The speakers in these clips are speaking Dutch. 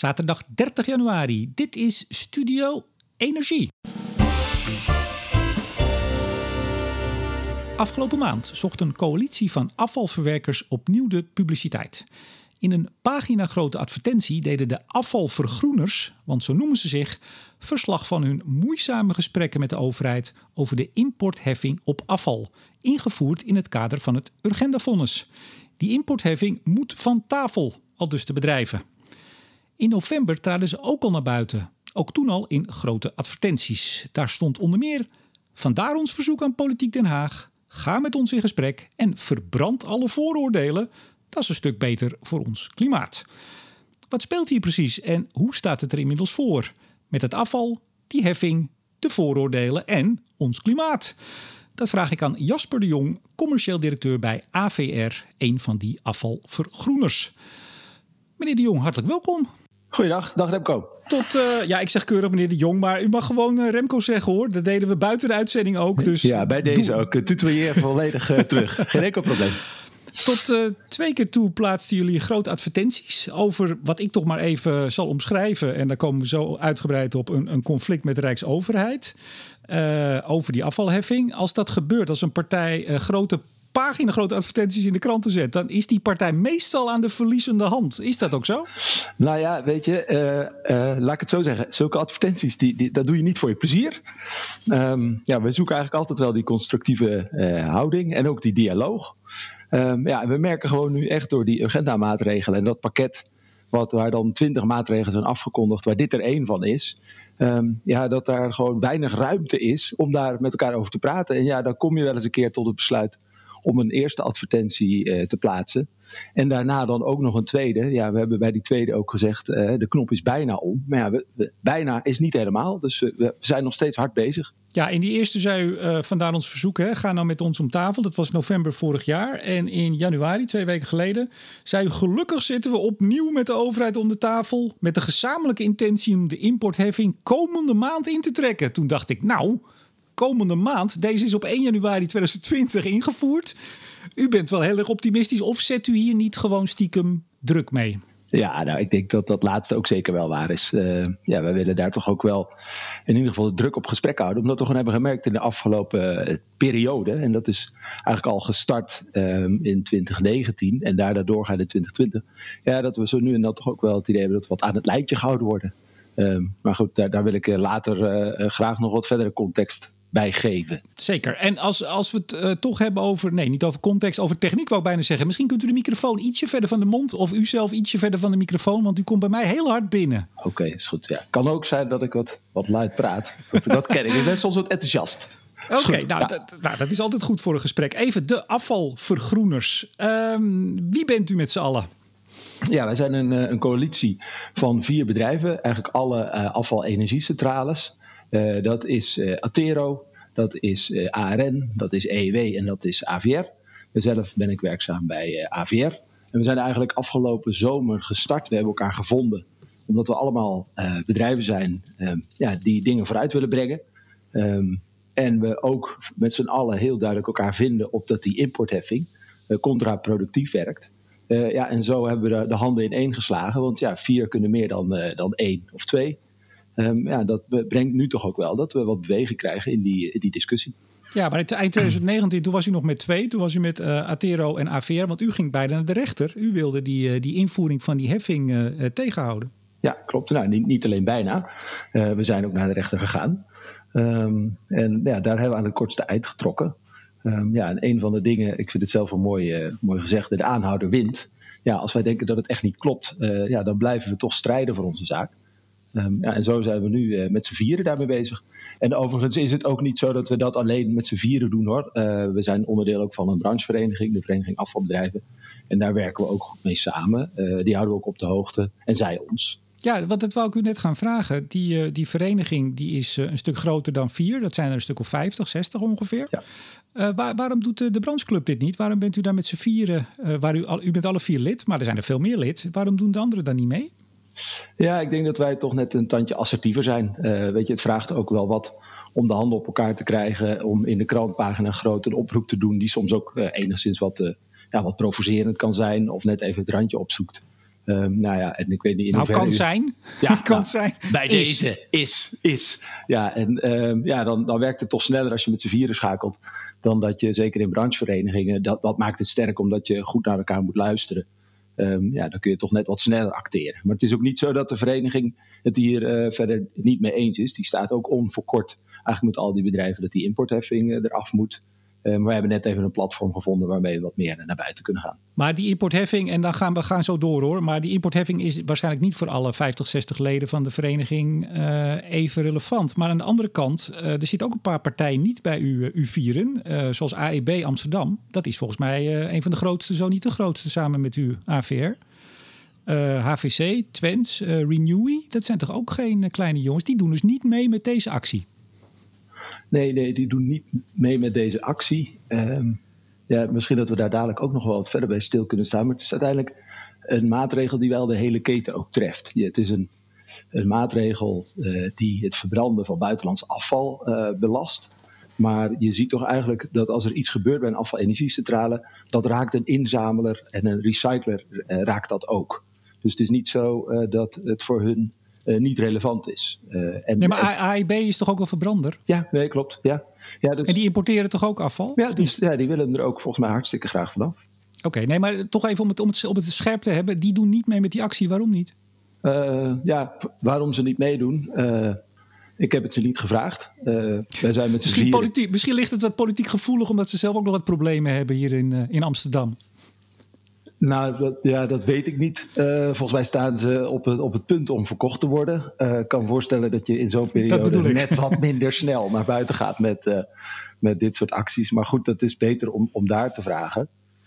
Zaterdag 30 januari. Dit is Studio Energie. Afgelopen maand zocht een coalitie van afvalverwerkers opnieuw de publiciteit. In een paginagrote advertentie deden de afvalvergroeners, want zo noemen ze zich, verslag van hun moeizame gesprekken met de overheid over de importheffing op afval, ingevoerd in het kader van het Urgenda-vonnis. Die importheffing moet van tafel, aldus de bedrijven. In november traden ze ook al naar buiten, ook toen al in grote advertenties. Daar stond onder meer: vandaar ons verzoek aan Politiek Den Haag, ga met ons in gesprek en verbrand alle vooroordelen. Dat is een stuk beter voor ons klimaat. Wat speelt hier precies en hoe staat het er inmiddels voor? Met het afval, die heffing, de vooroordelen en ons klimaat. Dat vraag ik aan Jasper de Jong, commercieel directeur bij AVR, een van die afvalvergroeners. Meneer de Jong, hartelijk welkom. Goeiedag, dag Remco. Ik zeg keurig meneer de Jong, maar u mag gewoon Remco zeggen hoor. Dat deden we buiten de uitzending ook. Dus ja, bij deze ook. Tutoieer volledig terug. Geen enkel probleem. Tot 2 keer toe plaatsten jullie grote advertenties over wat ik toch maar even zal omschrijven. En daar komen we zo uitgebreid op, een conflict met de Rijksoverheid. Over die afvalheffing. Als dat gebeurt, als een partij grote advertenties in de kranten zet, dan is die partij meestal aan de verliezende hand. Is dat ook zo? Nou ja, weet je, laat ik het zo zeggen. Zulke advertenties, dat doe je niet voor je plezier. We zoeken eigenlijk altijd wel die constructieve houding en ook die dialoog. We merken gewoon nu echt door die Urgenda-maatregelen en dat pakket waar dan 20 maatregelen zijn afgekondigd, waar dit er 1 van is, dat daar gewoon weinig ruimte is om daar met elkaar over te praten. En ja, dan kom je wel eens een keer tot het besluit om een eerste advertentie te plaatsen. En daarna dan ook nog een tweede. Ja, we hebben bij die tweede ook gezegd, de knop is bijna om. Maar ja, bijna is niet helemaal. Dus we zijn nog steeds hard bezig. Ja, in die eerste zei u, vandaar ons verzoek, ga nou met ons om tafel. Dat was november vorig jaar. En in januari, 2 weken geleden, zei u: gelukkig zitten we opnieuw met de overheid om de tafel, met de gezamenlijke intentie om de importheffing komende maand in te trekken. Toen dacht ik, komende maand, deze is op 1 januari 2020 ingevoerd. U bent wel heel erg optimistisch, of zet u hier niet gewoon stiekem druk mee? Ja, nou, ik denk dat dat laatste ook zeker wel waar is. Wij willen daar toch ook wel in ieder geval de druk op gesprek houden. Omdat we gewoon hebben gemerkt in de afgelopen periode, en dat is eigenlijk al gestart in 2019 en daarna doorgaan in 2020. Ja, dat we zo nu en dan toch ook wel het idee hebben dat we wat aan het lijntje gehouden worden. Maar goed, daar wil ik later graag nog wat verdere context bij geven. Zeker. En als we het toch hebben over, niet over context, over techniek wou ik bijna zeggen. Misschien kunt u de microfoon ietsje verder van de mond of u zelf ietsje verder van de microfoon, want u komt bij mij heel hard binnen. Oké, is goed. Ja. Kan ook zijn dat ik wat luid praat. Dat ken ik. Ik ben soms wat enthousiast. Oké, dat is altijd goed voor een gesprek. Even de afvalvergroeners. Wie bent u met z'n allen? Ja, wij zijn een coalitie van 4 bedrijven. Eigenlijk alle afvalenergiecentrales. Dat is Attero, dat is ARN, dat is EEW en dat is AVR. Zelf ben ik werkzaam bij AVR. En we zijn eigenlijk afgelopen zomer gestart. We hebben elkaar gevonden omdat we allemaal bedrijven zijn die dingen vooruit willen brengen. En we ook met z'n allen heel duidelijk elkaar vinden op dat die importheffing contraproductief werkt. En zo hebben we de handen ineen geslagen. Want 4 kunnen meer dan 1 of 2. Dat brengt nu toch ook wel dat we wat beweging krijgen in die discussie. Ja, maar eind 2019, toen was u nog met 2. Toen was u met Attero en AVR. Want u ging beide naar de rechter. U wilde die invoering van die heffing tegenhouden. Ja, klopt. Nou, niet alleen bijna. We zijn ook naar de rechter gegaan. Daar hebben we aan het kortste eind getrokken. En een van de dingen, ik vind het zelf een mooi gezegde, de aanhouder wint. Ja, als wij denken dat het echt niet klopt, dan blijven we toch strijden voor onze zaak. En zo zijn we nu met z'n 4 daarmee bezig. En overigens is het ook niet zo dat we dat alleen met z'n 4 doen hoor. We zijn onderdeel ook van een branchevereniging, de Vereniging Afvalbedrijven. En daar werken we ook goed mee samen. Die houden we ook op de hoogte en zij ons. Ja, want dat wou ik u net gaan vragen. Die vereniging die is een stuk groter dan 4. Dat zijn er een stuk of 50, 60 ongeveer. Ja. Waarom doet de brancheclub dit niet? Waarom bent u daar met z'n 4? U bent alle 4 lid, maar er zijn er veel meer lid. Waarom doen de anderen dan niet mee? Ja, ik denk dat wij toch net een tandje assertiever zijn. Het vraagt ook wel wat om de handen op elkaar te krijgen. Om in de krantpagina groot een oproep te doen die soms ook enigszins wat provocerend kan zijn. Of net even het randje opzoekt. Nou ja, en ik weet niet in hoeverre... kan zijn. Ja, kan zijn. Bij deze is. Ja, en dan werkt het toch sneller als je met z'n vieren schakelt... dan dat je, zeker in brancheverenigingen... dat maakt het sterk omdat je goed naar elkaar moet luisteren. Dan kun je toch net wat sneller acteren. Maar het is ook niet zo dat de vereniging het hier verder niet mee eens is. Die staat ook onverkort eigenlijk met al die bedrijven... dat die importheffing eraf moet... Maar we hebben net even een platform gevonden waarmee we wat meer naar buiten kunnen gaan. Maar die importheffing, en dan gaan zo door hoor. Maar die importheffing is waarschijnlijk niet voor alle 50, 60 leden van de vereniging even relevant. Maar aan de andere kant, er zitten ook een paar partijen niet bij u vieren. Zoals AEB Amsterdam. Dat is volgens mij een van de grootste, zo niet de grootste samen met uw AVR. HVC, Twents, Renewy. Dat zijn toch ook geen kleine jongens. Die doen dus niet mee met deze actie. Nee, die doen niet mee met deze actie. Misschien dat we daar dadelijk ook nog wel wat verder bij stil kunnen staan. Maar het is uiteindelijk een maatregel die wel de hele keten ook treft. Het is een maatregel die het verbranden van buitenlands afval belast. Maar je ziet toch eigenlijk dat als er iets gebeurt bij een afvalenergiecentrale... dat raakt een inzameler en een recycler raakt dat ook. Dus het is niet zo dat het voor hun... niet relevant is. Maar AIB is toch ook een verbrander? Ja, nee, klopt. Ja. Dus, en die importeren toch ook afval? Ja, die willen er ook volgens mij hartstikke graag vanaf. Oké, nee, maar toch even om het scherp te hebben. Die doen niet mee met die actie. Waarom niet? Waarom ze niet meedoen... ik heb het ze niet gevraagd. Wij zijn met z'n vieren. Misschien ligt het wat politiek gevoelig... omdat ze zelf ook nog wat problemen hebben hier in Amsterdam. Nou, dat weet ik niet. Volgens mij staan ze op het punt om verkocht te worden. Ik kan me voorstellen dat je in zo'n periode net wat minder snel naar buiten gaat met dit soort acties. Maar goed, dat is beter om daar te vragen.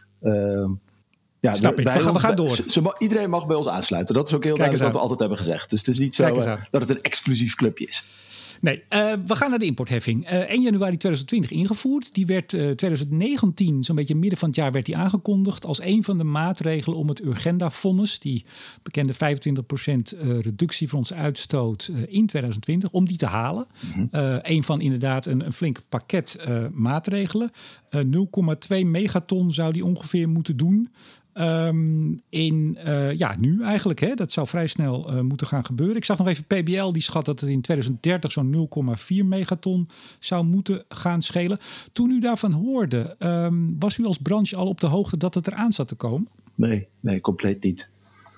Snap ik. We gaan door. Iedereen mag bij ons aansluiten. Dat is ook heel duidelijk wat we altijd hebben gezegd. Dus het is niet zo dat het een exclusief clubje is. Nee, we gaan naar de importheffing. 1 januari 2020 ingevoerd. Die werd 2019, zo'n beetje midden van het jaar, werd die aangekondigd als een van de maatregelen om het Urgenda-fonds, die bekende 25% reductie van onze uitstoot in 2020, om die te halen. Een van inderdaad een flink pakket maatregelen. 0,2 megaton zou die ongeveer moeten doen. Nu eigenlijk. Hè? Dat zou vrij snel moeten gaan gebeuren. Ik zag nog even PBL, die schat dat het in 2030 zo'n 0,4 megaton zou moeten gaan schelen. Toen u daarvan hoorde, was u als branche al op de hoogte dat het eraan zat te komen? Nee, compleet niet.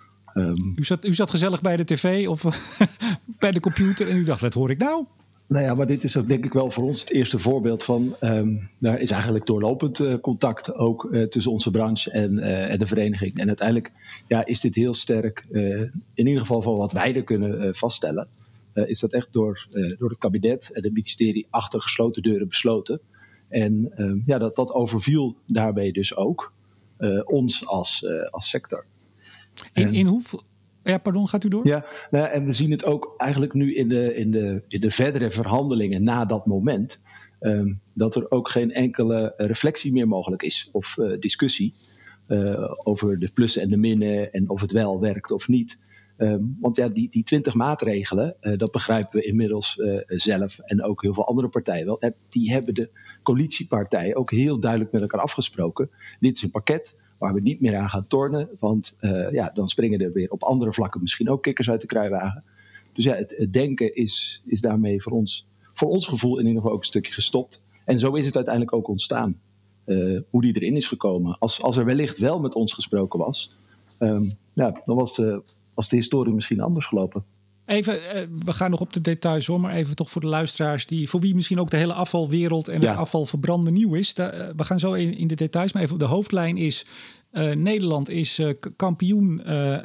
U zat gezellig bij de tv of bij de computer en u dacht, wat hoor ik nou? Nou ja, maar dit is ook denk ik wel voor ons het eerste voorbeeld van... daar is eigenlijk doorlopend contact ook tussen onze branche en de vereniging. En uiteindelijk is dit heel sterk, in ieder geval van wat wij er kunnen vaststellen... is dat echt door het kabinet en het ministerie achter gesloten deuren besloten. En dat overviel daarbij dus ook ons als sector. In hoeveel... Ja, pardon, gaat u door? Ja, en we zien het ook eigenlijk nu in de verdere verhandelingen na dat moment... dat er ook geen enkele reflectie meer mogelijk is of discussie... over de plussen en de minnen en of het wel werkt of niet. Want die 20 maatregelen, dat begrijpen we inmiddels zelf... en ook heel veel andere partijen wel... die hebben de coalitiepartijen ook heel duidelijk met elkaar afgesproken. Dit is een pakket... waar we niet meer aan gaan tornen. Want dan springen er weer op andere vlakken misschien ook kikkers uit de kruiwagen. Dus het denken is daarmee voor ons gevoel in ieder geval ook een stukje gestopt. En zo is het uiteindelijk ook ontstaan. Hoe die erin is gekomen. Als er wellicht wel met ons gesproken was... dan was de historie misschien anders gelopen. Even, we gaan nog op de details hoor, maar even toch voor de luisteraars... voor wie misschien ook de hele afvalwereld en het afvalverbranden nieuw is. We gaan zo in de details, maar even de hoofdlijn is... Nederland is kampioen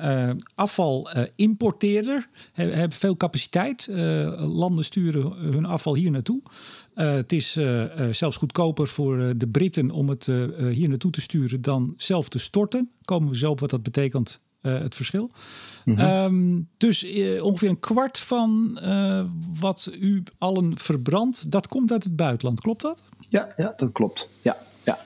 afvalimporteerder. Hebben veel capaciteit. Landen sturen hun afval hier naartoe. Het is zelfs goedkoper voor de Britten om het hier naartoe te sturen... dan zelf te storten. Komen we zo op wat dat betekent... het verschil. Dus ongeveer een kwart van wat u allen verbrandt... dat komt uit het buitenland. Klopt dat? Ja, dat klopt. Ja.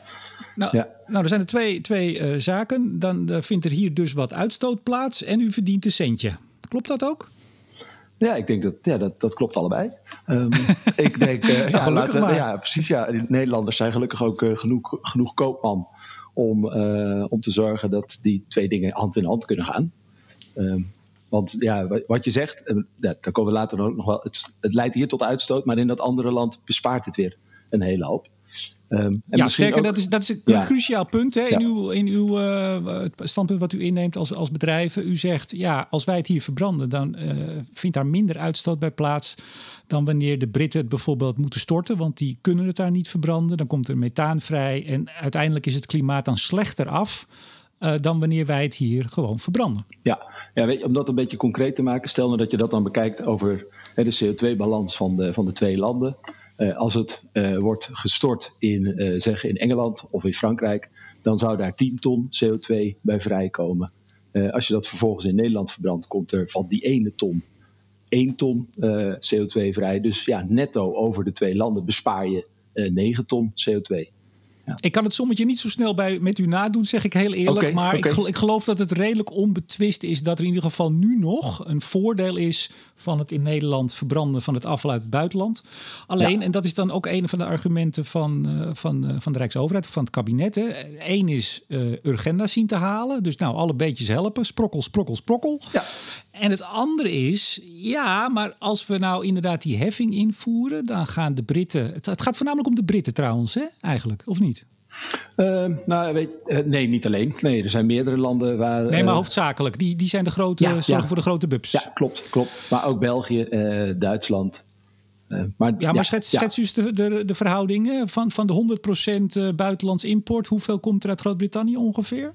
Nou, er zijn er twee zaken. Dan vindt er hier dus wat uitstoot plaats... en u verdient een centje. Klopt dat ook? Ja, ik denk dat klopt allebei. Ik denk, gelukkig maar. Ja, precies. Ja. Nederlanders zijn gelukkig ook genoeg koopman... om te zorgen dat die twee dingen hand in hand kunnen gaan. Want ja, wat je zegt, daar komen we later nog wel. Het leidt hier tot uitstoot, maar in dat andere land bespaart het weer een hele hoop. Sterker, ook, dat is een cruciaal punt hè, in uw het standpunt wat u inneemt als bedrijven. U zegt, als wij het hier verbranden, dan vindt daar minder uitstoot bij plaats dan wanneer de Britten het bijvoorbeeld moeten storten, want die kunnen het daar niet verbranden. Dan komt er methaan vrij en uiteindelijk is het klimaat dan slechter af dan wanneer wij het hier gewoon verbranden. Ja, weet je, om dat een beetje concreet te maken, stel nou dat je dat dan bekijkt over de CO2-balans van de twee landen. Als het wordt gestort in Engeland of in Frankrijk, dan zou daar 10 ton CO2 bij vrijkomen. Als je dat vervolgens in Nederland verbrandt, komt er van die ene ton 1 ton CO2 vrij. Dus netto over de twee landen bespaar je 9 ton CO2. Ja. Ik kan het sommetje niet zo snel met u nadoen, zeg ik heel eerlijk. Maar ik geloof dat het redelijk onbetwist is dat er in ieder geval nu nog een voordeel is van het in Nederland verbranden van het afval uit het buitenland. Alleen, en dat is dan ook een van de argumenten van de Rijksoverheid of van het kabinet. Eén is urgenda zien te halen. Dus alle beetjes helpen. Sprokkel, sprokkel, sprokkel. Ja. En het andere is, maar als we nou inderdaad die heffing invoeren, dan gaan de Britten. Het gaat voornamelijk om de Britten trouwens, hè, eigenlijk, of niet? Nee, niet alleen. Nee, er zijn meerdere landen waar. Nee, maar hoofdzakelijk. Die zijn de grote, zorgen voor de grote bubs. Ja, klopt. Maar ook België, Duitsland. Schets u de verhoudingen van de 100% buitenlands import. Hoeveel komt er uit Groot-Brittannië ongeveer?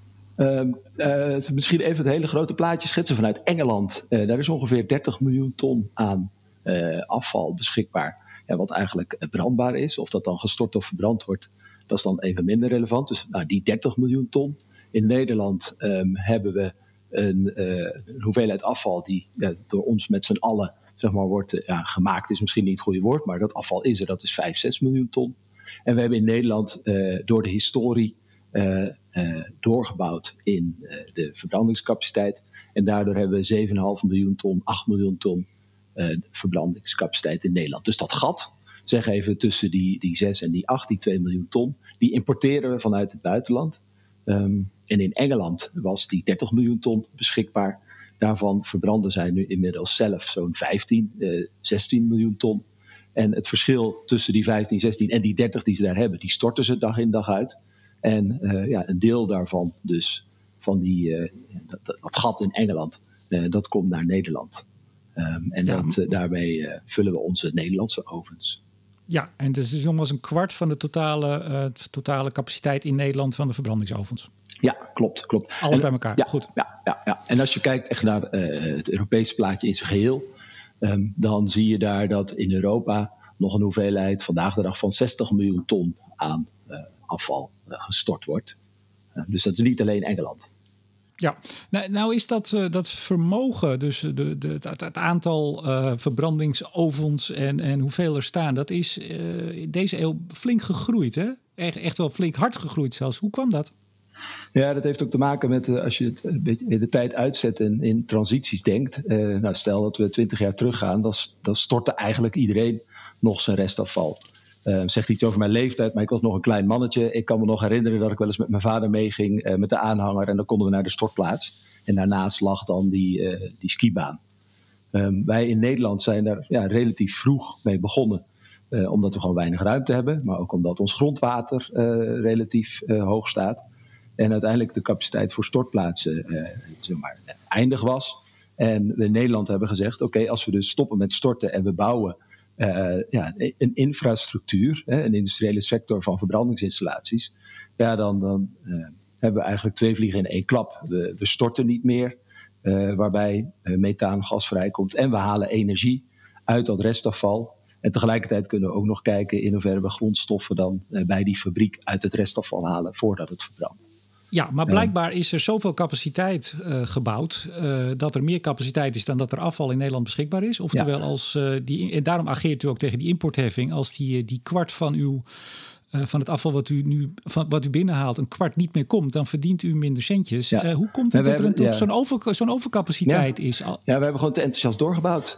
Misschien even het hele grote plaatje schetsen vanuit Engeland. Daar is ongeveer 30 miljoen ton aan afval beschikbaar. Wat eigenlijk brandbaar is. Of dat dan gestort of verbrand wordt, dat is dan even minder relevant. Dus die 30 miljoen ton. In Nederland hebben we een hoeveelheid afval die door ons met z'n allen wordt gemaakt. Is misschien niet het goede woord, maar dat afval is er. Dat is 5-6 miljoen ton. En we hebben in Nederland door de historie doorgebouwd in de verbrandingscapaciteit. En daardoor hebben we 7,5 miljoen ton, 8 miljoen ton verbrandingscapaciteit in Nederland. Dus dat gat, zeg even tussen die 6 en die 8, die 2 miljoen ton, die importeren we vanuit het buitenland. En in Engeland was die 30 miljoen ton beschikbaar. Daarvan verbranden zij nu inmiddels zelf zo'n 16 miljoen ton. En het verschil tussen die 15, 16 en die 30 die ze daar hebben, die storten ze dag in dag uit. En een deel daarvan, dus van dat gat in Engeland, dat komt naar Nederland. Daarmee vullen we onze Nederlandse ovens. Ja, en het is dus nog maar eens een kwart van de totale capaciteit in Nederland van de verbrandingsovens. Ja, klopt. Alles bij elkaar, goed. Ja. En als je kijkt echt naar het Europese plaatje in zijn geheel, dan zie je daar dat in Europa nog een hoeveelheid vandaag de dag van 60 miljoen ton aan afval gestort wordt. Dus dat is niet alleen Engeland. Ja, nou is dat vermogen, dus het aantal verbrandingsovens en hoeveel er staan, dat is deze eeuw flink gegroeid, hè? Echt wel flink hard gegroeid zelfs. Hoe kwam dat? Ja, dat heeft ook te maken met als je het een beetje de tijd uitzet en in transities denkt. Stel dat we 20 jaar teruggaan, dan stortte eigenlijk iedereen nog zijn restafval. Zegt iets over mijn leeftijd, maar ik was nog een klein mannetje. Ik kan me nog herinneren dat ik wel eens met mijn vader meeging met de aanhanger. En dan konden we naar de stortplaats. En daarnaast lag dan die skibaan. Wij in Nederland zijn daar relatief vroeg mee begonnen. Omdat we gewoon weinig ruimte hebben. Maar ook omdat ons grondwater relatief hoog staat. En uiteindelijk de capaciteit voor stortplaatsen eindig was. En we in Nederland hebben gezegd, oké, als we dus stoppen met storten en we bouwen een infrastructuur, een industriële sector van verbrandingsinstallaties, dan hebben we eigenlijk 2 vliegen in 1 klap. We storten niet meer, waarbij methaangas vrijkomt en we halen energie uit dat restafval. En tegelijkertijd kunnen we ook nog kijken in hoeverre we grondstoffen dan bij die fabriek uit het restafval halen voordat het verbrandt. Ja, maar blijkbaar is er zoveel capaciteit gebouwd dat er meer capaciteit is dan dat er afval in Nederland beschikbaar is. Oftewel, en daarom ageert u ook tegen die importheffing. Als die kwart van van het afval wat u binnenhaalt, een kwart niet meer komt, dan verdient u minder centjes. Hoe komt het dat er zo'n overcapaciteit is? Ja, we hebben gewoon te enthousiast doorgebouwd.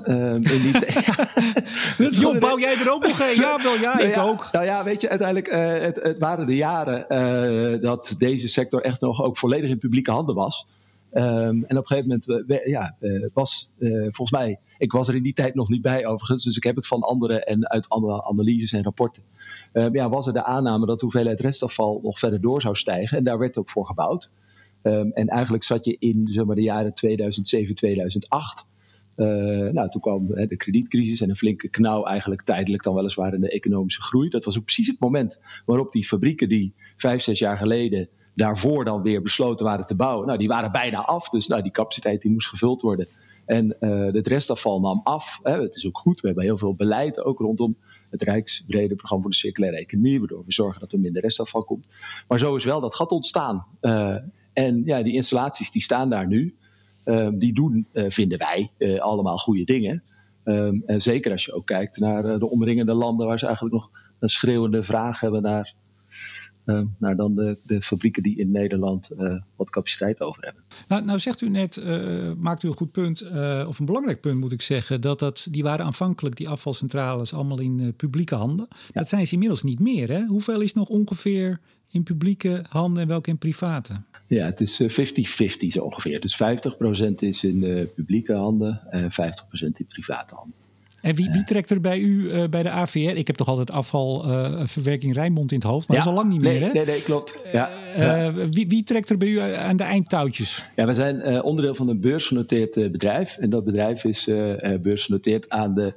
Joh, bouw jij er ook nog een? Ik ook. Nou ja, weet je, uiteindelijk, het waren de jaren dat deze sector echt nog ook volledig in publieke handen was. En op een gegeven moment was volgens mij... Ik was er in die tijd nog niet bij overigens, dus ik heb het van anderen en uit andere analyses en rapporten. Was er de aanname dat de hoeveelheid restafval nog verder door zou stijgen. En daar werd ook voor gebouwd. En eigenlijk zat je in de jaren 2007, 2008... toen kwam de kredietcrisis en een flinke knauw eigenlijk tijdelijk dan weliswaar in de economische groei. Dat was ook precies het moment waarop die fabrieken die 5-6 jaar geleden daarvoor dan weer besloten waren te bouwen, die waren bijna af. Dus die capaciteit die moest gevuld worden. En het restafval nam af. Het is ook goed, we hebben heel veel beleid ook rondom het Rijksbrede programma voor de circulaire economie, waardoor we zorgen dat er minder restafval komt. Maar zo is wel dat gat ontstaan. Die installaties die staan daar nu. Die doen, vinden wij, allemaal goede dingen. En zeker als je ook kijkt naar de omringende landen waar ze eigenlijk nog een schreeuwende vraag hebben naar dan de fabrieken die in Nederland wat capaciteit over hebben. Nou zegt u net, maakt u een goed punt, of een belangrijk punt moet ik zeggen, die waren aanvankelijk, die afvalcentrales, allemaal in publieke handen. Ja. Dat zijn ze inmiddels niet meer, hè? Hoeveel is nog ongeveer in publieke handen en welke in private? Ja, het is 50-50 zo ongeveer. Dus 50% is in publieke handen en 50% in private handen. En wie trekt er bij u bij de AVR? Ik heb toch altijd afvalverwerking Rijnmond in het hoofd, maar dat is al lang niet meer, hè? Nee, klopt. Wie trekt er bij u aan de eindtouwtjes? Ja, we zijn onderdeel van een beursgenoteerd bedrijf. En dat bedrijf is beursgenoteerd aan de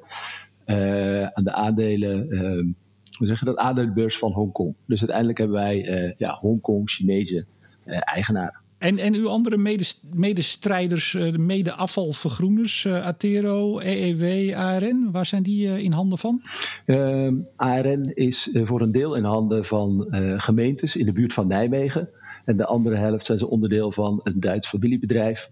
aandelen... aandelenbeurs van Hongkong. Dus uiteindelijk hebben wij Hongkong, Chinese eigenaren. En uw andere medestrijders, de mede-afvalvergroeners, Attero, EEW, ARN, waar zijn die in handen van? ARN is voor een deel in handen van gemeentes in de buurt van Nijmegen. En de andere helft zijn ze onderdeel van een Duits familiebedrijf.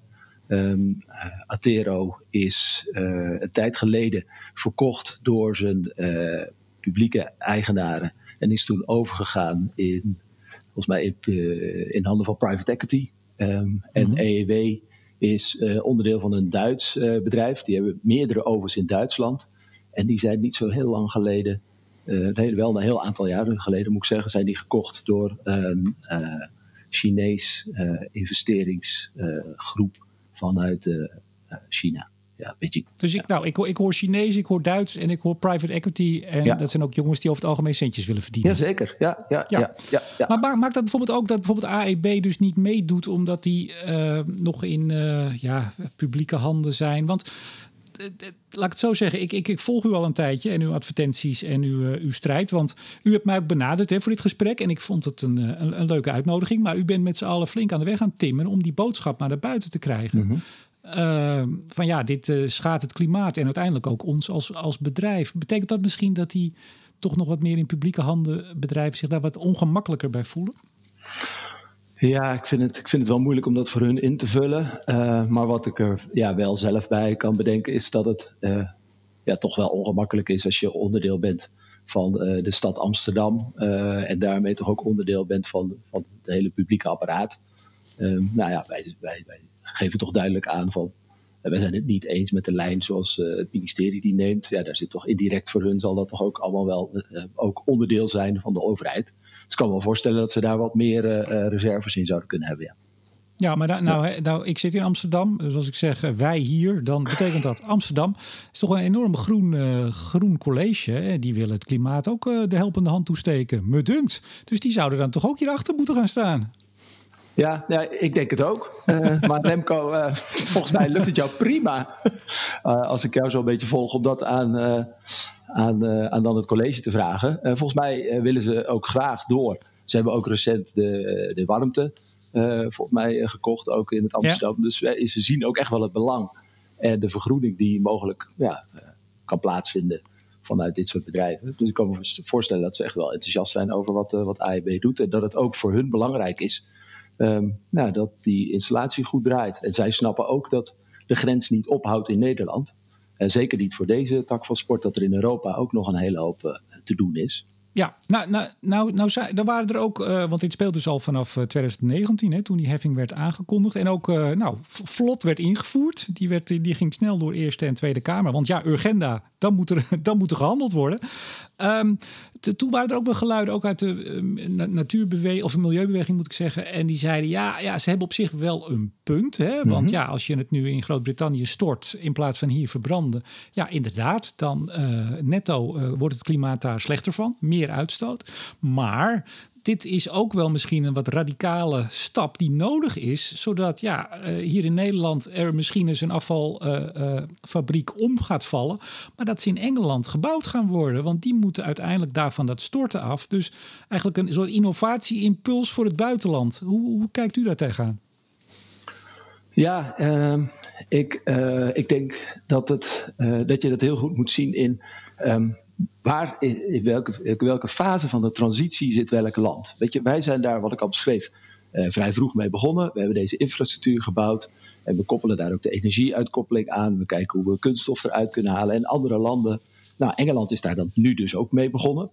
Attero is een tijd geleden verkocht door zijn publieke eigenaren. En is toen overgegaan volgens mij in handen van private equity. En EEW is onderdeel van een Duits bedrijf. Die hebben meerdere ovens in Duitsland. En die zijn niet zo heel lang geleden, wel een heel aantal jaren geleden moet ik zeggen, zijn die gekocht door een Chinees investeringsgroep vanuit China. Ja, weet je. Dus ik hoor Chinees, ik hoor Duits en ik hoor private equity. En dat zijn ook jongens die over het algemeen centjes willen verdienen. Jazeker, ja. Maar maakt dat bijvoorbeeld ook dat bijvoorbeeld AEB dus niet meedoet omdat die nog in publieke handen zijn? Want laat ik het zo zeggen, ik volg u al een tijdje en uw advertenties en uw strijd. Want u hebt mij ook benaderd voor dit gesprek en ik vond het een leuke uitnodiging. Maar u bent met z'n allen flink aan de weg aan het timmeren om die boodschap naar buiten te krijgen. Mm-hmm. Dit schaadt het klimaat en uiteindelijk ook ons als bedrijf. Betekent dat misschien dat die toch nog wat meer in publieke handen bedrijven zich daar wat ongemakkelijker bij voelen? Ja, ik vind het wel moeilijk om dat voor hun in te vullen. Maar wat ik er wel zelf bij kan bedenken is dat het toch wel ongemakkelijk is als je onderdeel bent van de stad Amsterdam. En daarmee toch ook onderdeel bent van het hele publieke apparaat. Wij geven toch duidelijk aan van wij zijn het niet eens met de lijn zoals het ministerie die neemt. Ja, daar zit toch indirect voor hun zal dat toch ook allemaal wel ook onderdeel zijn van de overheid. Dus ik kan me wel voorstellen dat ze daar wat meer reserves in zouden kunnen hebben. Ja. Ja, maar ik zit in Amsterdam. Dus als ik zeg wij hier, dan betekent dat Amsterdam is toch een enorm groen college. Hè? Die willen het klimaat ook de helpende hand toesteken. Me dunkt. Dus die zouden dan toch ook hierachter moeten gaan staan. Ja, ik denk het ook. Maar Remco, volgens mij lukt het jou prima. Als ik jou zo een beetje volg om dat aan dan het college te vragen. Volgens mij willen ze ook graag door. Ze hebben ook recent de warmte volgens mij gekocht, ook in het Amsterdam. Ja. Dus ze zien ook echt wel het belang. En de vergroening die mogelijk kan plaatsvinden vanuit dit soort bedrijven. Dus ik kan me voorstellen dat ze echt wel enthousiast zijn over wat AEB doet. En dat het ook voor hun belangrijk is dat die installatie goed draait. En zij snappen ook dat de grens niet ophoudt in Nederland. En zeker niet voor deze tak van sport, dat er in Europa ook nog een hele hoop te doen is. Ja, daar waren er ook, want dit speelt dus al vanaf 2019, hè, toen die heffing werd aangekondigd. En ook vlot werd ingevoerd. Die ging snel door Eerste en Tweede Kamer. Want ja, urgenda, dan moet er gehandeld worden. Toen waren er ook wel geluiden, ook uit de natuurbeweging, of milieubeweging moet ik zeggen. En die zeiden, ja, ze hebben op zich wel een punt. Hè? Want ja, als je het nu in Groot-Brittannië stort in plaats van hier verbranden. Ja, inderdaad, dan netto wordt het klimaat daar slechter van. Meer uitstoot. Maar dit is ook wel misschien een wat radicale stap die nodig is. Zodat hier in Nederland er misschien eens een afvalfabriek om gaat vallen. Maar dat ze in Engeland gebouwd gaan worden. Want die moeten uiteindelijk daarvan dat storten af. Dus eigenlijk een soort innovatie-impuls voor het buitenland. Hoe kijkt u daar tegenaan? Ja, ik denk dat je dat heel goed moet zien in in welke fase van de transitie zit welk land. Weet je, wij zijn daar, wat ik al beschreef, vrij vroeg mee begonnen. We hebben deze infrastructuur gebouwd en we koppelen daar ook de energieuitkoppeling aan. We kijken hoe we kunststof eruit kunnen halen. En andere landen, Engeland is daar dan nu dus ook mee begonnen.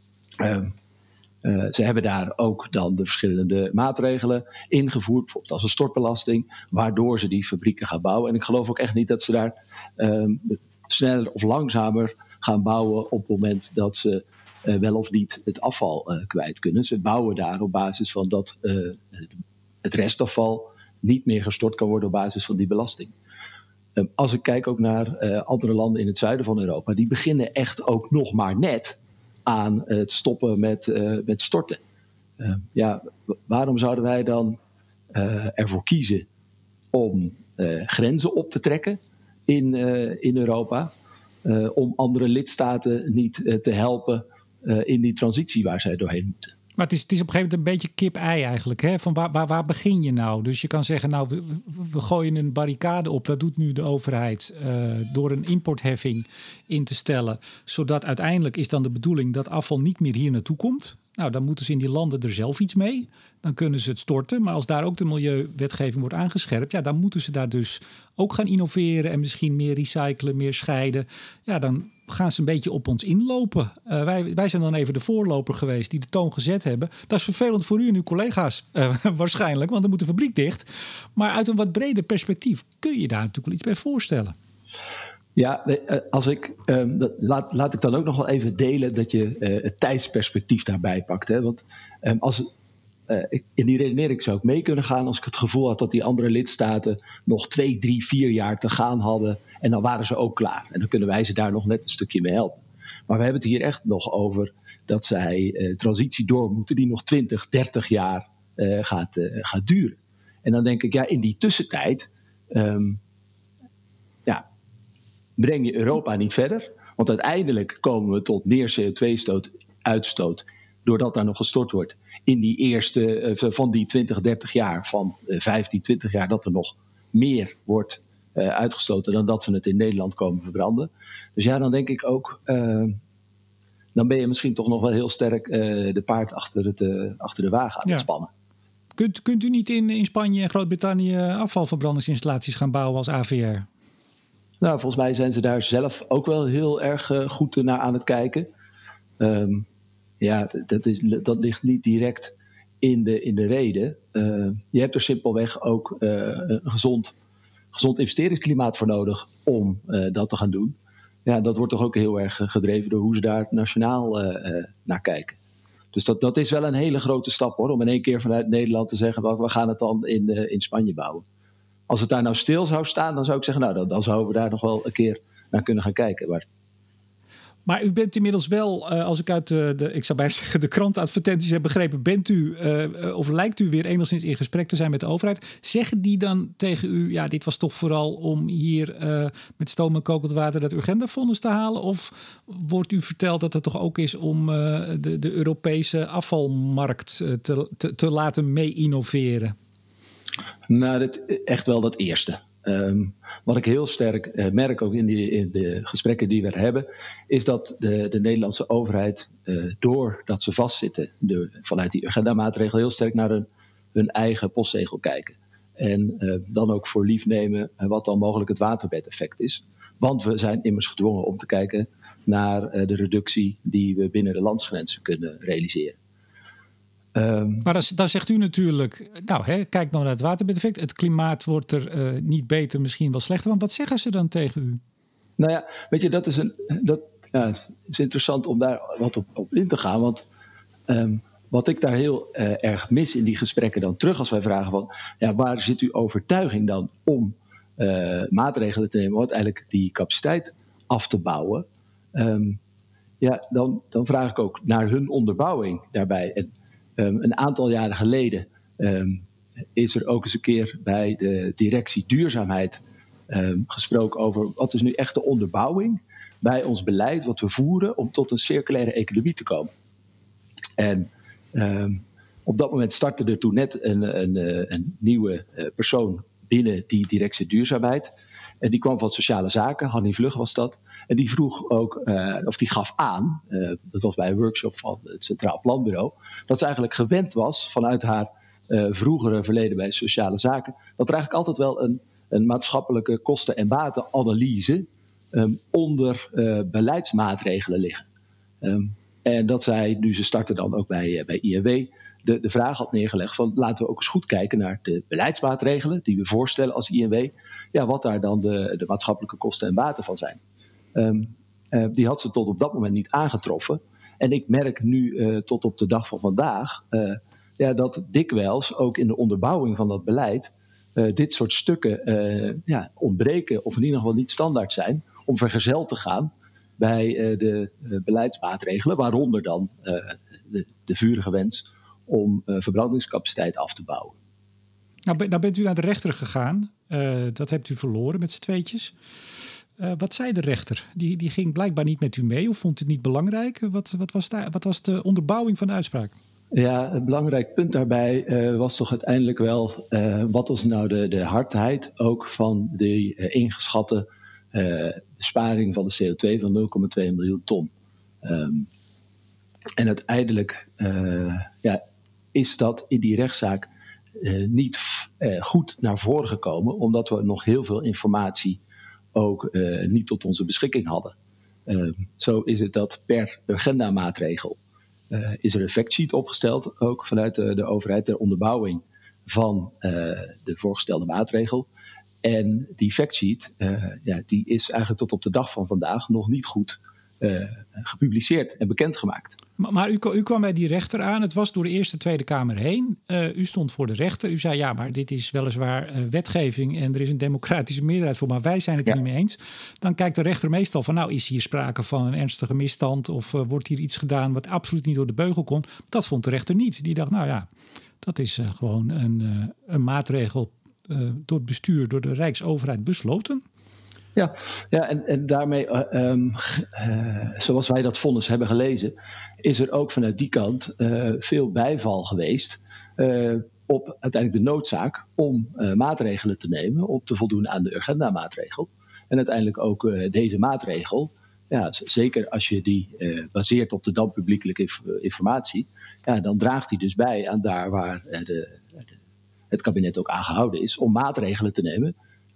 Ze hebben daar ook dan de verschillende maatregelen ingevoerd, bijvoorbeeld als een stortbelasting, waardoor ze die fabrieken gaan bouwen. En ik geloof ook echt niet dat ze daar sneller of langzamer gaan bouwen op het moment dat ze wel of niet het afval kwijt kunnen. Ze bouwen daar op basis van dat het restafval niet meer gestort kan worden op basis van die belasting. Als ik kijk ook naar andere landen in het zuiden van Europa, die beginnen echt ook nog maar net aan het stoppen met storten. Waarom zouden wij dan ervoor kiezen om grenzen op te trekken in Europa, om andere lidstaten niet te helpen in die transitie waar zij doorheen moeten? Maar het is op een gegeven moment een beetje kip-ei eigenlijk. Hè? Van waar begin je nou? Dus je kan zeggen, we gooien een barricade op. Dat doet nu de overheid door een importheffing in te stellen. Zodat uiteindelijk is dan de bedoeling dat afval niet meer hier naartoe komt. Nou, dan moeten ze in die landen er zelf iets mee. Dan kunnen ze het storten. Maar als daar ook de milieuwetgeving wordt aangescherpt, ja, dan moeten ze daar dus ook gaan innoveren en misschien meer recyclen, meer scheiden. Ja, dan gaan ze een beetje op ons inlopen. Wij zijn dan even de voorloper geweest die de toon gezet hebben. Dat is vervelend voor u en uw collega's waarschijnlijk, want dan moet de fabriek dicht. Maar uit een wat breder perspectief kun je daar natuurlijk wel iets bij voorstellen. Ja, laat ik dan ook nog wel even delen dat je het tijdsperspectief daarbij pakt. Hè? Want in die redenering zou ik mee kunnen gaan als ik het gevoel had dat die andere lidstaten nog 2, 3, 4 jaar te gaan hadden. En dan waren ze ook klaar. En dan kunnen wij ze daar nog net een stukje mee helpen. Maar we hebben het hier echt nog over dat zij transitie door moeten die nog 20, 30 jaar gaat duren. En dan denk ik, in die tussentijd breng je Europa niet verder. Want uiteindelijk komen we tot meer CO2-uitstoot doordat daar nog gestort wordt. In die eerste van die 20, 30 jaar, van 15, 20 jaar, dat er nog meer wordt uitgestoten dan dat we het in Nederland komen verbranden. Dus dan denk ik ook, dan ben je misschien toch nog wel heel sterk de paard achter de wagen aan het spannen. Kunt u niet in Spanje en Groot-Brittannië afvalverbrandingsinstallaties gaan bouwen als AVR? Nou, volgens mij zijn ze daar zelf ook wel heel erg goed naar aan het kijken. Dat ligt niet direct in de reden. Je hebt er simpelweg ook een gezond investeringsklimaat voor nodig om dat te gaan doen. Ja, dat wordt toch ook heel erg gedreven door hoe ze daar nationaal naar kijken. Dus dat is wel een hele grote stap hoor, om in één keer vanuit Nederland te zeggen, we gaan het dan in Spanje bouwen. Als het daar nou stil zou staan, dan zou ik zeggen, dan zouden we daar nog wel een keer naar kunnen gaan kijken. Maar u bent inmiddels wel, als ik uit ik zou bijna zeggen de krantenadvertenties heb begrepen, bent u of lijkt u weer enigszins in gesprek te zijn met de overheid. Zeggen die dan tegen u, dit was toch vooral om hier met stoom en kokend water dat Urgenda-fonds te halen? Of wordt u verteld dat het toch ook is om de Europese afvalmarkt te laten mee innoveren? Nou, echt wel dat eerste. Wat ik heel sterk merk ook in de gesprekken die we hebben, is dat de Nederlandse overheid, doordat ze vastzitten vanuit die agenda-maatregel, heel sterk naar hun eigen postzegel kijken. En dan ook voor lief nemen wat dan mogelijk het waterbedeffect is. Want we zijn immers gedwongen om te kijken naar de reductie die we binnen de landsgrenzen kunnen realiseren. Maar dan zegt u natuurlijk, kijk nou naar het waterbedeffect. Het klimaat wordt er niet beter, misschien wel slechter. Want wat zeggen ze dan tegen u? Nou ja, weet je, dat is interessant om daar wat op in te gaan. Want wat ik daar heel erg mis in die gesprekken dan terug als wij vragen van, waar zit uw overtuiging dan om maatregelen te nemen, wat eigenlijk die capaciteit af te bouwen? Dan vraag ik ook naar hun onderbouwing daarbij. En een aantal jaren geleden is er ook eens een keer bij de directie duurzaamheid gesproken over wat is nu echt de onderbouwing bij ons beleid wat we voeren om tot een circulaire economie te komen. En op dat moment startte er toen net een nieuwe persoon binnen die directie duurzaamheid. En die kwam van Sociale Zaken, Hannie Vlug was dat. En die vroeg ook, of die gaf aan, dat was bij een workshop van het Centraal Planbureau, dat ze eigenlijk gewend was vanuit haar vroegere verleden bij Sociale Zaken, dat er eigenlijk altijd wel een maatschappelijke kosten- en batenanalyse onder beleidsmaatregelen liggen. En dat zij, nu ze starten dan ook bij INW, de vraag had neergelegd van laten we ook eens goed kijken naar de beleidsmaatregelen die we voorstellen als INW. Ja, wat daar dan de maatschappelijke kosten en baten van zijn. Die had ze tot op dat moment niet aangetroffen. En ik merk nu tot op de dag van vandaag dat dikwijls ook in de onderbouwing van dat beleid dit soort stukken ontbreken of in ieder geval niet standaard zijn om vergezeld te gaan bij de beleidsmaatregelen, waaronder dan de vurige wens om verbrandingscapaciteit af te bouwen. Nou bent u naar de rechter gegaan. Dat hebt u verloren met z'n tweetjes. Wat zei de rechter? Die ging blijkbaar niet met u mee of vond het niet belangrijk? Wat was de onderbouwing van de uitspraak? Ja, een belangrijk punt daarbij was toch uiteindelijk wel wat was nou de hardheid ook van de ingeschatte besparing van de CO2 van 0,2 miljoen ton. En uiteindelijk is dat in die rechtszaak niet goed naar voren gekomen, omdat we nog heel veel informatie ook niet tot onze beschikking hadden. Zo is het dat per agendamaatregel is er een factsheet opgesteld, ook vanuit de overheid ter onderbouwing van de voorgestelde maatregel. En die factsheet die is eigenlijk tot op de dag van vandaag nog niet goed gepubliceerd en bekendgemaakt. Maar u kwam bij die rechter aan. Het was door de Eerste en Tweede Kamer heen. U stond voor de rechter. U zei maar dit is weliswaar wetgeving en er is een democratische meerderheid voor, maar wij zijn het er niet mee eens. Dan kijkt de rechter meestal van is hier sprake van een ernstige misstand of wordt hier iets gedaan wat absoluut niet door de beugel kon. Dat vond de rechter niet. Die dacht dat is gewoon een maatregel door het bestuur, door de Rijksoverheid besloten. Ja, en daarmee, zoals wij dat vonnis hebben gelezen, is er ook vanuit die kant veel bijval geweest op uiteindelijk de noodzaak om maatregelen te nemen om te voldoen aan de agendamaatregel. En uiteindelijk ook deze maatregel, zeker als je die baseert op de dan publiekelijke informatie, dan draagt die dus bij aan daar waar het kabinet ook aangehouden is om maatregelen te nemen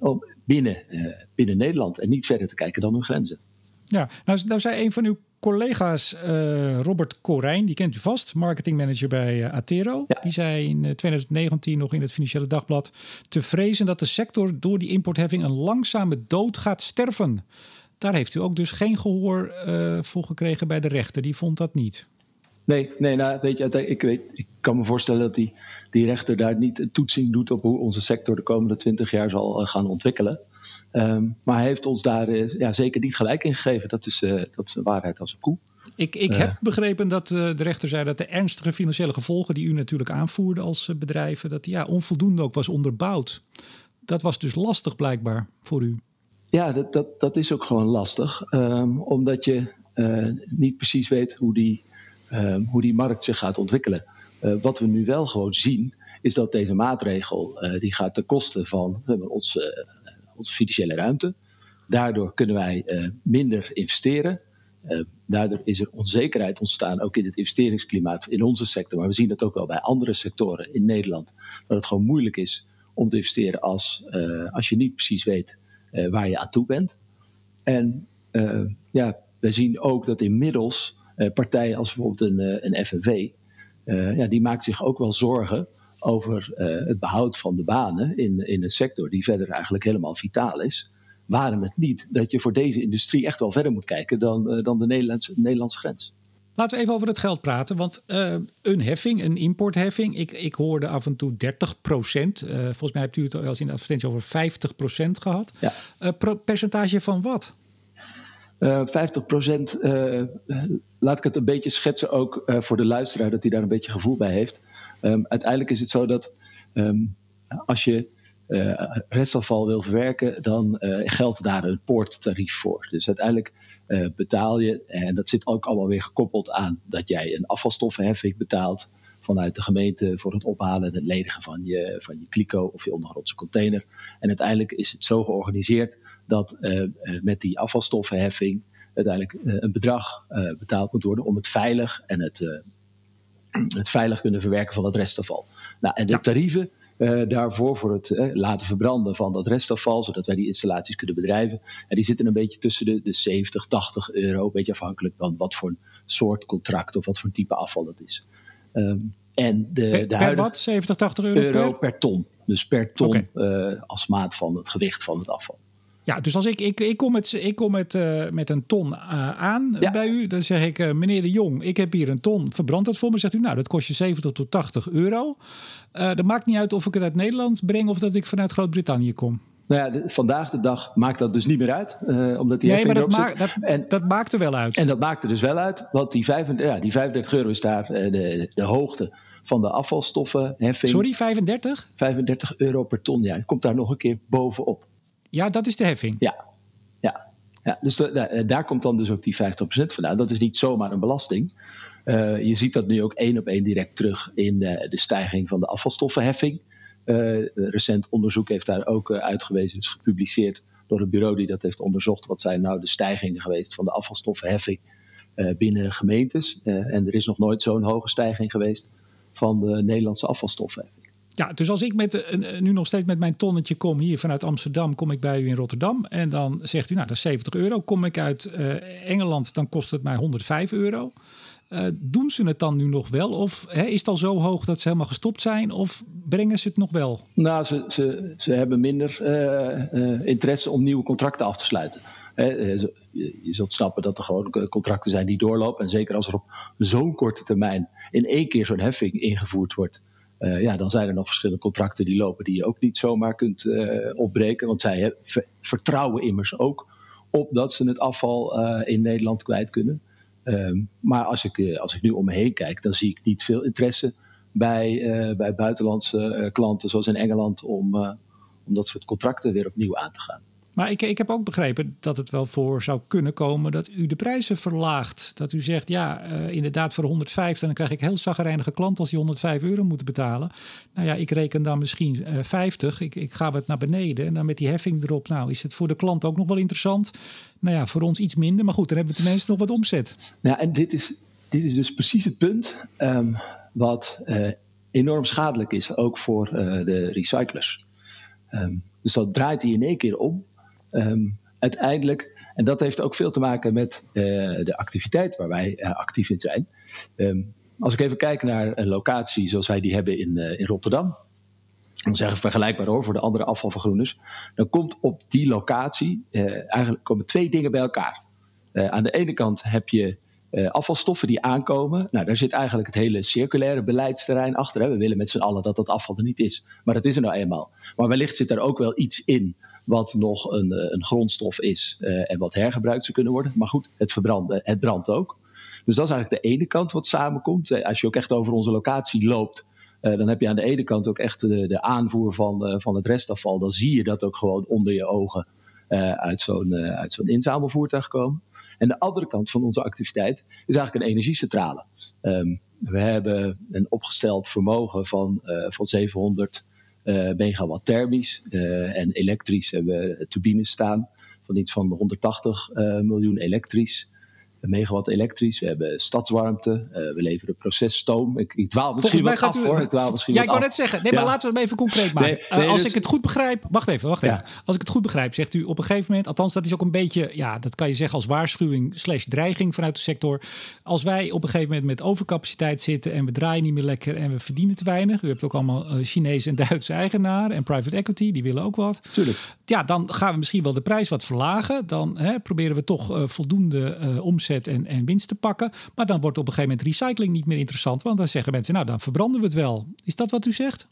binnen Nederland en niet verder te kijken dan hun grenzen. Ja, nou zei een van uw collega's, Robert Corijn, die kent u vast, marketingmanager bij Atero. Ja. Die zei in 2019 nog in het Financiële Dagblad te vrezen dat de sector door die importheffing een langzame dood gaat sterven. Daar heeft u ook dus geen gehoor voor gekregen bij de rechter. Die vond dat niet. Nee, weet je, ik kan me voorstellen dat die rechter daar niet een toetsing doet op hoe onze sector de komende 20 jaar zal gaan ontwikkelen. Maar hij heeft ons daar zeker niet gelijk in gegeven. Dat is een waarheid als een koe. Ik heb begrepen dat de rechter zei dat de ernstige financiële gevolgen die u natuurlijk aanvoerde als bedrijven, dat die onvoldoende ook was onderbouwd. Dat was dus lastig blijkbaar voor u. Ja, dat is ook gewoon lastig. Omdat je niet precies weet hoe die markt zich gaat ontwikkelen. Wat we nu wel gewoon zien, is dat deze maatregel die gaat ten koste van onze financiële ruimte. Daardoor kunnen wij minder investeren. Daardoor is er onzekerheid ontstaan, ook in het investeringsklimaat in onze sector. Maar we zien dat ook wel bij andere sectoren in Nederland. Dat het gewoon moeilijk is om te investeren als je niet precies weet waar je aan toe bent. En we zien ook dat inmiddels partijen als bijvoorbeeld een FNV, die maakt zich ook wel zorgen over het behoud van de banen in een sector die verder eigenlijk helemaal vitaal is. Waarom het niet dat je voor deze industrie echt wel verder moet kijken dan de Nederlandse grens? Laten we even over het geld praten. Want een heffing, een importheffing, ik hoorde af en toe 30%. Volgens mij hebt u het al eens in de advertentie over 50% gehad. Ja. Percentage van wat? 50%, laat ik het een beetje schetsen ook voor de luisteraar, dat hij daar een beetje gevoel bij heeft. Uiteindelijk is het zo dat als je restafval wil verwerken, dan geldt daar een poorttarief voor. Dus uiteindelijk betaal je, en dat zit ook allemaal weer gekoppeld aan dat jij een afvalstoffenheffing betaalt vanuit de gemeente voor het ophalen en het ledigen van je kliko of je ondergrondse container. En uiteindelijk is het zo georganiseerd dat met die afvalstoffenheffing uiteindelijk een bedrag betaald moet worden om het veilig en het veilig kunnen verwerken van het restafval. Nou, en de tarieven daarvoor voor het laten verbranden van dat restafval, zodat wij die installaties kunnen bedrijven, en die zitten een beetje tussen de 70, 80 euro, een beetje afhankelijk van wat voor een soort contract of wat voor een type afval dat is. En de per wat? 70, 80 euro per ton. Dus per ton als maat van het gewicht van het afval. Ja, dus als ik kom met een ton aan bij u, dan zeg ik, meneer de Jong, ik heb hier een ton, verbrand het voor me. Zegt u, nou, dat kost je 70 tot 80 euro. Dat maakt niet uit of ik het uit Nederland breng of dat ik vanuit Groot-Brittannië kom. Nou ja, vandaag de dag maakt dat dus niet meer uit. Omdat die maar dat maakt er wel uit. En dat maakt er dus wel uit, want die 35 euro is daar de hoogte van de afvalstoffenheffing. Sorry, 35? 35 euro per ton, ja. Komt daar nog een keer bovenop. Ja, dat is de heffing. Ja. Dus daar komt dan dus ook die 50% vandaan. Dat is niet zomaar een belasting. Je ziet dat nu ook 1 op 1 direct terug in de stijging van de afvalstoffenheffing. Recent onderzoek heeft daar ook uitgewezen, is gepubliceerd door een bureau die dat heeft onderzocht. Wat zijn nou de stijgingen geweest van de afvalstoffenheffing binnen gemeentes? En er is nog nooit zo'n hoge stijging geweest van de Nederlandse afvalstoffenheffing. Ja, dus als ik nu nog steeds met mijn tonnetje kom hier vanuit Amsterdam, kom ik bij u in Rotterdam. En dan zegt u, nou, dat is 70 euro. Kom ik uit Engeland, dan kost het mij 105 euro. Doen ze het dan nu nog wel? Of is het al zo hoog dat ze helemaal gestopt zijn? Of brengen ze het nog wel? Nou, ze hebben minder interesse om nieuwe contracten af te sluiten. Je zult snappen dat er gewoon contracten zijn die doorlopen. En zeker als er op zo'n korte termijn in 1 keer zo'n heffing ingevoerd wordt. Dan zijn er nog verschillende contracten die lopen die je ook niet zomaar kunt opbreken. Want zij vertrouwen immers ook op dat ze het afval in Nederland kwijt kunnen. Maar als ik nu om me heen kijk, dan zie ik niet veel interesse bij buitenlandse klanten zoals in Engeland om dat soort contracten weer opnieuw aan te gaan. Maar ik heb ook begrepen dat het wel voor zou kunnen komen dat u de prijzen verlaagt. Dat u zegt, inderdaad voor 105, dan krijg ik heel chagrijnige klanten als die 105 euro moeten betalen. Nou ja, ik reken dan misschien 50. Ik ga het naar beneden en dan met die heffing erop. Nou, is het voor de klant ook nog wel interessant? Nou ja, voor ons iets minder. Maar goed, dan hebben we tenminste nog wat omzet. Ja, en dit is dus precies het punt wat enorm schadelijk is, ook voor de recyclers. Dus dat draait hij in 1 keer om. Uiteindelijk, en dat heeft ook veel te maken met de activiteit waar wij actief in zijn. Als ik even kijk naar een locatie zoals wij die hebben in Rotterdam, dan zeggen we vergelijkbaar hoor voor de andere afvalvergroeners, dan komt op die locatie eigenlijk komen 2 dingen bij elkaar. Aan de ene kant heb je afvalstoffen die aankomen. Nou, daar zit eigenlijk het hele circulaire beleidsterrein achter. Hè. We willen met z'n allen dat afval er niet is. Maar dat is er nou eenmaal. Maar wellicht zit er ook wel iets in wat nog een grondstof is en wat hergebruikt zou kunnen worden. Maar goed, het brandt ook. Dus dat is eigenlijk de ene kant wat samenkomt. Als je ook echt over onze locatie loopt, dan heb je aan de ene kant ook echt de aanvoer van het restafval. Dan zie je dat ook gewoon onder je ogen uit zo'n inzamelvoertuig komen. En de andere kant van onze activiteit is eigenlijk een energiecentrale. We hebben een opgesteld vermogen van 700 megawatt thermisch. En elektrisch hebben we turbines staan van iets van 180 miljoen elektrisch. megawatt elektrisch. We hebben stadswarmte. We leveren processtoom. Ik dwaal misschien wat af, hoor. Ik wou net zeggen. Nee, maar laten we hem even concreet maken. Als ik het goed begrijp... Wacht even. Als ik het goed begrijp, zegt u op een gegeven moment... Althans, dat is ook een beetje... Ja, dat kan je zeggen als waarschuwing / dreiging vanuit de sector. Als wij op een gegeven moment met overcapaciteit zitten... en we draaien niet meer lekker en we verdienen te weinig... U hebt ook allemaal Chinese en Duitse eigenaren... en private equity, die willen ook wat. Tuurlijk. Ja, dan gaan we misschien wel de prijs wat verlagen. Dan proberen we toch voldoende omzet en winst te pakken. Maar dan wordt op een gegeven moment recycling niet meer interessant. Want dan zeggen mensen, nou dan verbranden we het wel. Is dat wat u zegt?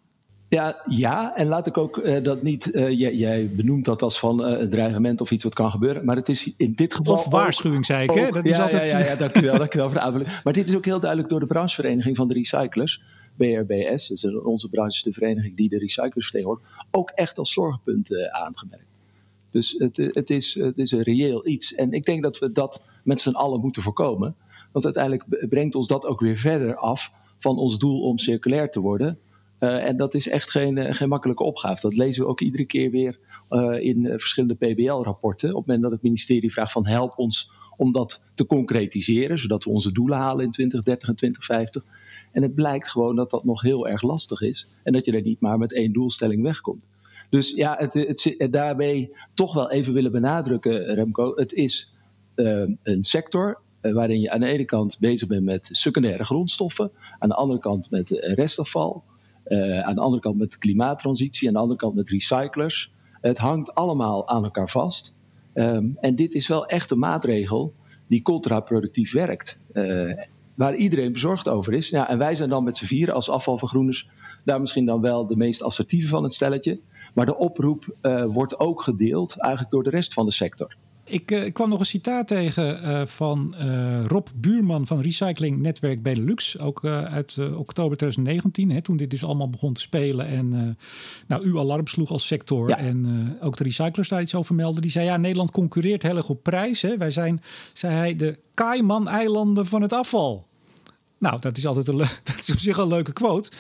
Ja, en laat ik ook dat niet... Jij benoemt dat als van een dreigement of iets wat kan gebeuren. Maar het is in dit geval... Of waarschuwing, zei ik. Hè? Dat is altijd... Ja, dankjewel voor de aanvulling. Maar dit is ook heel duidelijk door de branchevereniging van de recyclers... BRBS, dus onze branche is de vereniging die de recyclers vertegenwoordigt... ook echt als zorgpunt aangemerkt. Dus het is een reëel iets. En ik denk dat we dat met z'n allen moeten voorkomen. Want uiteindelijk brengt ons dat ook weer verder af... van ons doel om circulair te worden... En dat is echt geen makkelijke opgave. Dat lezen we ook iedere keer weer in verschillende PBL-rapporten. Op het moment dat het ministerie vraagt van help ons om dat te concretiseren. Zodat we onze doelen halen in 2030 en 2050. En het blijkt gewoon dat dat nog heel erg lastig is. En dat je er niet maar met één doelstelling wegkomt. Dus ja, daarbij toch wel even willen benadrukken, Remco. Het is een sector waarin je aan de ene kant bezig bent met secundaire grondstoffen. Aan de andere kant met restafval. Aan de andere kant met klimaattransitie, aan de andere kant met recyclers. Het hangt allemaal aan elkaar vast. En dit is wel echt een maatregel die contraproductief werkt. Waar iedereen bezorgd over is. Ja, en wij zijn dan met z'n vieren als afvalvergroeners daar misschien dan wel de meest assertieve van het stelletje. Maar de oproep wordt ook gedeeld eigenlijk door de rest van de sector. Ik kwam nog een citaat tegen van Rob Buurman van Recycling Netwerk Benelux. Ook uit oktober 2019, hè, toen dit dus allemaal begon te spelen. En uw alarm sloeg als sector. Ja. En ook de recyclers daar iets over melden. Die zei, ja, Nederland concurreert heel erg op prijs. Hè. Wij zijn, zei hij, de Cayman-eilanden van het afval. Nou, dat is altijd dat is op zich een leuke quote.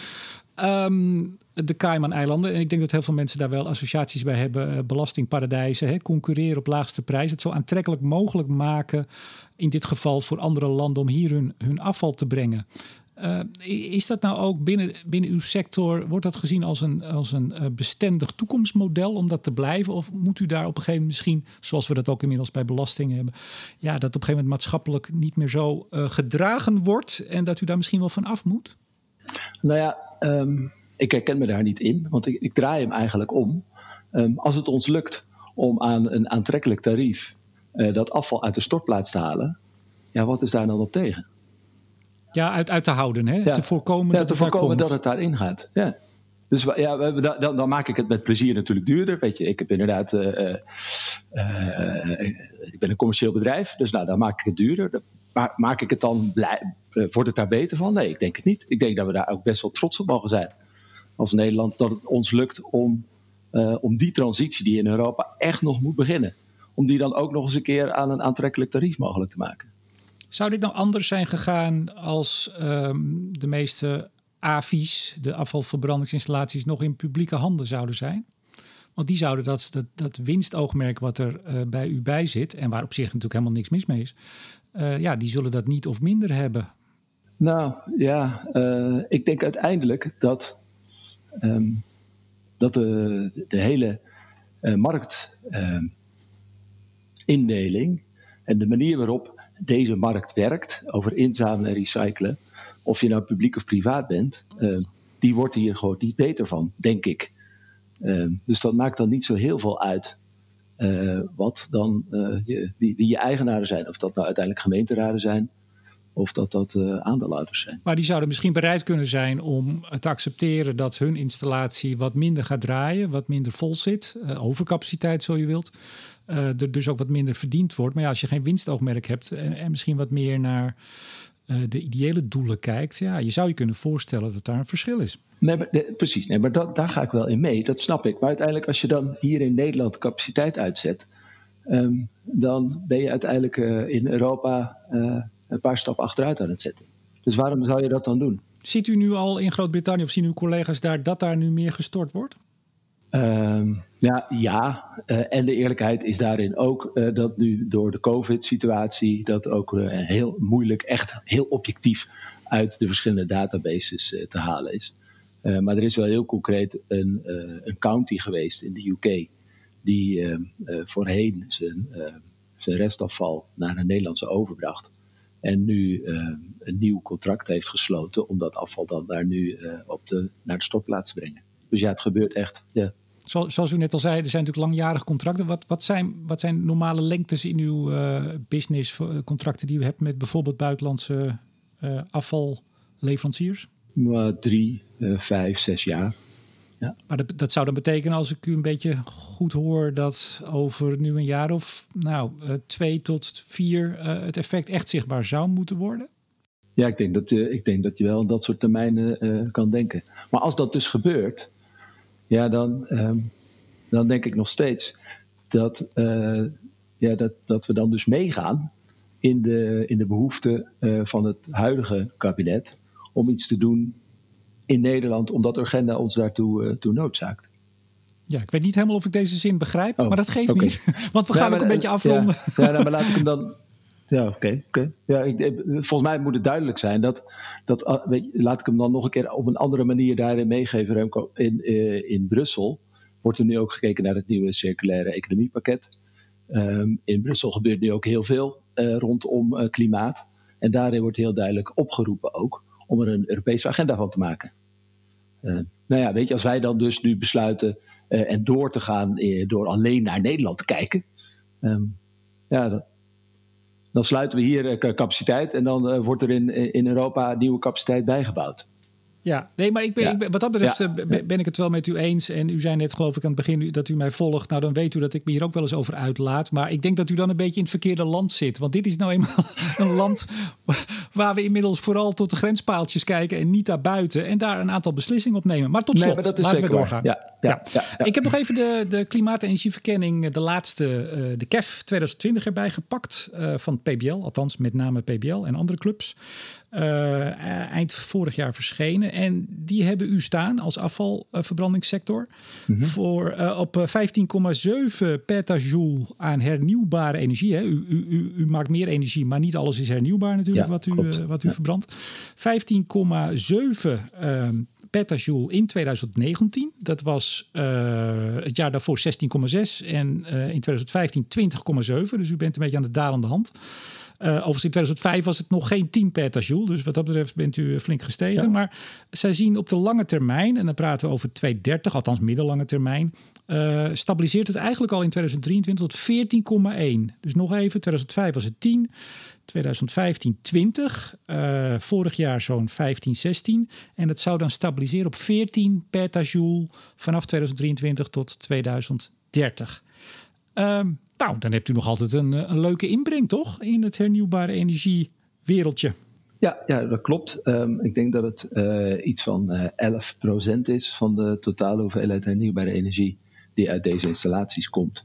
De Cayman-eilanden. En ik denk dat heel veel mensen daar wel associaties bij hebben. Belastingparadijzen, concurreren op laagste prijs. Het zo aantrekkelijk mogelijk maken, in dit geval voor andere landen, om hier hun afval te brengen. Is dat nou ook binnen uw sector, wordt dat gezien als een bestendig toekomstmodel om dat te blijven? Of moet u daar op een gegeven moment misschien, zoals we dat ook inmiddels bij belastingen hebben, ja, dat op een gegeven moment maatschappelijk niet meer zo gedragen wordt en dat u daar misschien wel van af moet? Nou ja, ik herken me daar niet in, want ik draai hem eigenlijk om. Als het ons lukt om aan een aantrekkelijk tarief dat afval uit de stortplaats te halen, ja, wat is daar dan op tegen? Ja, uit te houden, hè? Ja. Te voorkomen dat het daarin gaat. Ja. Dus ja, dan maak ik het met plezier natuurlijk duurder. Weet je, ik heb inderdaad, ik ben een commercieel bedrijf, dus dan maak ik het duurder. Maar maak ik het dan wordt het daar beter van? Nee, ik denk het niet. Ik denk dat we daar ook best wel trots op mogen zijn als Nederland, dat het ons lukt om die transitie die in Europa echt nog moet beginnen, om die dan ook nog eens een keer aan een aantrekkelijk tarief mogelijk te maken. Zou dit nou anders zijn gegaan als de meeste AVI's, de afvalverbrandingsinstallaties, nog in publieke handen zouden zijn? Want die zouden dat winstoogmerk wat er bij u bij zit, en waar op zich natuurlijk helemaal niks mis mee is, die zullen dat niet of minder hebben. Nou ja, ik denk uiteindelijk dat de hele marktindeling en de manier waarop deze markt werkt, over inzamelen en recyclen, of je nou publiek of privaat bent, die wordt hier gewoon niet beter van, denk ik. Dus dat maakt dan niet zo heel veel uit wat dan wie je eigenaren zijn. Of dat nou uiteindelijk gemeenteraden zijn, of dat aandeelhouders zijn. Maar die zouden misschien bereid kunnen zijn om te accepteren dat hun installatie wat minder gaat draaien, wat minder vol zit, overcapaciteit zo je wilt. Er dus ook wat minder verdiend wordt. Maar ja, als je geen winstoogmerk hebt en misschien wat meer naar de ideële doelen kijkt, ja, je zou je kunnen voorstellen dat daar een verschil is. Precies, maar daar ga ik wel in mee, dat snap ik. Maar uiteindelijk als je dan hier in Nederland capaciteit uitzet, dan ben je uiteindelijk in Europa een paar stappen achteruit aan het zetten. Dus waarom zou je dat dan doen? Ziet u nu al in Groot-Brittannië of zien uw collega's daar dat daar nu meer gestort wordt? En de eerlijkheid is daarin ook dat nu door de COVID-situatie dat ook heel moeilijk, echt heel objectief uit de verschillende databases te halen is. Maar er is wel heel concreet een county geweest in de UK die voorheen zijn restafval naar een Nederlandse overbracht. En nu een nieuw contract heeft gesloten om dat afval dan daar nu naar de stortplaats te brengen. Dus ja, het gebeurt echt. Ja. Zoals u net al zei, er zijn natuurlijk langjarige contracten. Wat zijn normale lengtes in uw business, contracten die u hebt met bijvoorbeeld buitenlandse afvalleveranciers? 3, 5, 6 jaar. Ja. Maar dat zou dan betekenen, als ik u een beetje goed hoor, dat over nu een jaar of 2 tot 4 het effect echt zichtbaar zou moeten worden? Ja, ik denk dat je wel aan dat soort termijnen kan denken. Maar als dat dus gebeurt, ja, dan denk ik nog steeds dat we dan dus meegaan in de behoefte van het huidige kabinet om iets te doen in Nederland, omdat de agenda ons daartoe noodzaakt. Ja, ik weet niet helemaal of ik deze zin begrijp, maar dat geeft niet. Want we gaan ook een beetje afronden. Maar laat ik hem dan... Ja, oké. Ja, volgens mij moet het duidelijk zijn dat laat ik hem dan nog een keer op een andere manier daarin meegeven. Remco. In Brussel wordt er nu ook gekeken naar het nieuwe circulaire economiepakket. In Brussel gebeurt nu ook heel veel rondom klimaat. En daarin wordt heel duidelijk opgeroepen ook om er een Europese agenda van te maken. Als wij dan dus nu besluiten en door te gaan door alleen naar Nederland te kijken. Dan sluiten we hier capaciteit en dan wordt er in Europa nieuwe capaciteit bijgebouwd. Ja, nee, maar wat dat betreft ben ik het wel met u eens. En u zei net, geloof ik, aan het begin dat u mij volgt. Nou, dan weet u dat ik me hier ook wel eens over uitlaat. Maar ik denk dat u dan een beetje in het verkeerde land zit. Want dit is nou eenmaal een land waar we inmiddels vooral tot de grenspaaltjes kijken en niet daarbuiten. En daar een aantal beslissingen op nemen. Maar tot slot, laten we doorgaan. Ja. Ik heb nog even de klimaat- en energieverkenning, de laatste, de KEF 2020 erbij gepakt. Van PBL, althans met name PBL en andere clubs. Eind vorig jaar verschenen. En die hebben u staan als afvalverbrandingssector voor op 15,7 petajoule aan hernieuwbare energie. Hè. U maakt meer energie, maar niet alles is hernieuwbaar natuurlijk wat u verbrandt. 15,7 petajoule in 2019. Dat was het jaar daarvoor 16,6 en in 2015 20,7. Dus u bent een beetje aan de dalende hand. Overigens in 2005 was het nog geen 10 petajoule. Dus wat dat betreft bent u flink gestegen. Ja. Maar zij zien op de lange termijn, en dan praten we over 2030, althans middellange termijn, stabiliseert het eigenlijk al in 2023 tot 14,1. Dus nog even, 2005 was het 10, 2015 20, vorig jaar zo'n 15, 16. En het zou dan stabiliseren op 14 petajoule vanaf 2023 tot 2030. Dan hebt u nog altijd een leuke inbreng, toch? In het hernieuwbare energiewereldje. Ja, dat klopt. Ik denk dat het iets van 11% is van de totale hoeveelheid hernieuwbare energie die uit deze installaties komt.